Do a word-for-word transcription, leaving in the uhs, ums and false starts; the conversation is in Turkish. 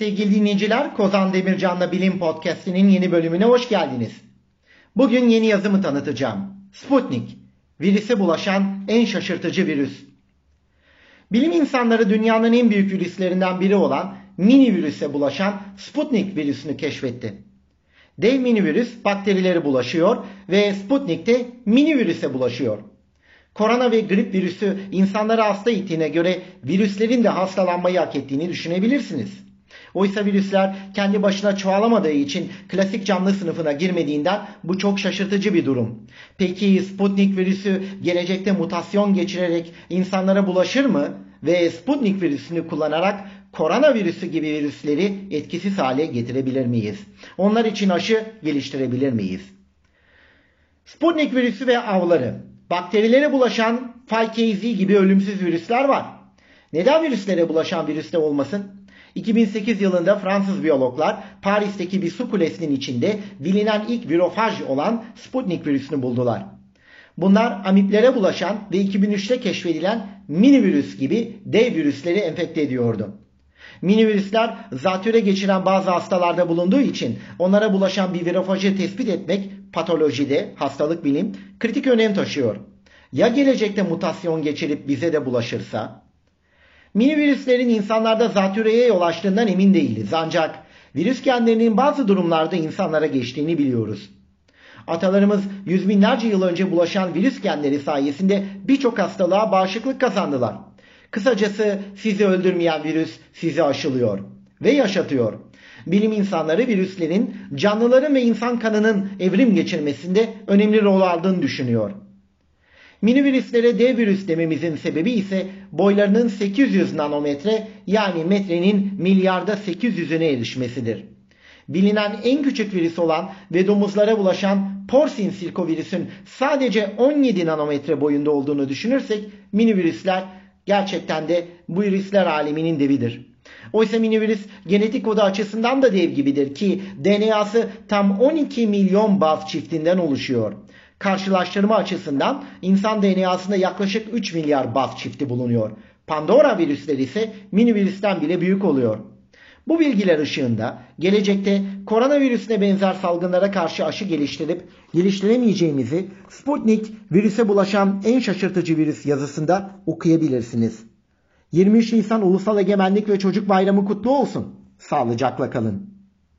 Sevgili dinleyiciler, Kozan Demircan'la Bilim Podcast'inin yeni bölümüne hoş geldiniz. Bugün yeni yazımı tanıtacağım. Sputnik, virüse bulaşan en şaşırtıcı virüs. Bilim insanları dünyanın en büyük virüslerinden biri olan mini virüse bulaşan Sputnik virüsünü keşfetti. Dev mini virüs bakterilere bulaşıyor ve Sputnik de mini virüse bulaşıyor. Korona ve grip virüsü insanları hasta ettiğine göre virüslerin de hastalanmayı hak ettiğini düşünebilirsiniz. Oysa virüsler kendi başına çoğalamadığı için klasik canlı sınıfına girmediğinden bu çok şaşırtıcı bir durum. Peki Sputnik virüsü gelecekte mutasyon geçirerek insanlara bulaşır mı? Ve Sputnik virüsünü kullanarak koronavirüsü gibi virüsleri etkisiz hale getirebilir miyiz? Onlar için aşı geliştirebilir miyiz? Sputnik virüsü ve avları. Bakterilere bulaşan F K Z gibi ölümsüz virüsler var. Neden virüslere bulaşan virüs de olmasın? iki bin sekiz yılında Fransız biyologlar Paris'teki bir su kulesinin içinde bilinen ilk virofaj olan Sputnik virüsünü buldular. Bunlar amiplere bulaşan ve iki bin üçte keşfedilen mini virüs gibi dev virüsleri enfekte ediyordu. Mini virüsler zatüre geçiren bazı hastalarda bulunduğu için onlara bulaşan bir virofajı tespit etmek patolojide, hastalık bilim kritik önem taşıyor. Ya gelecekte mutasyon geçirip bize de bulaşırsa? Mini virüslerin insanlarda zatürreye yol açtığından emin değiliz. Ancak virüs genlerinin bazı durumlarda insanlara geçtiğini biliyoruz. Atalarımız yüz binlerce yıl önce bulaşan virüs genleri sayesinde birçok hastalığa bağışıklık kazandılar. Kısacası sizi öldürmeyen virüs sizi aşılıyor ve yaşatıyor. Bilim insanları virüslerin canlıların ve insan kanının evrim geçirmesinde önemli rol aldığını düşünüyor. Mini virüslere dev virüs dememizin sebebi ise boylarının sekiz yüz nanometre yani metrenin milyarda sekiz yüzüne erişmesidir. Bilinen en küçük virüs olan ve domuzlara bulaşan porsin sirkovirüsün sadece on yedi nanometre boyunda olduğunu düşünürsek mini virüsler gerçekten de bu virüsler aleminin devidir. Oysa mini virüs genetik kodu açısından da dev gibidir ki D N A'sı tam on iki milyon baz çiftinden oluşuyor. Karşılaştırma açısından insan D N A'sında yaklaşık üç milyar baz çifti bulunuyor. Pandora virüsleri ise mini virüsten bile büyük oluyor. Bu bilgiler ışığında gelecekte koronavirüsüne benzer salgınlara karşı aşı geliştirip geliştiremeyeceğimizi Sputnik virüse bulaşan en şaşırtıcı virüs yazısında okuyabilirsiniz. yirmi üç Nisan Ulusal Egemenlik ve Çocuk Bayramı kutlu olsun. Sağlıcakla kalın.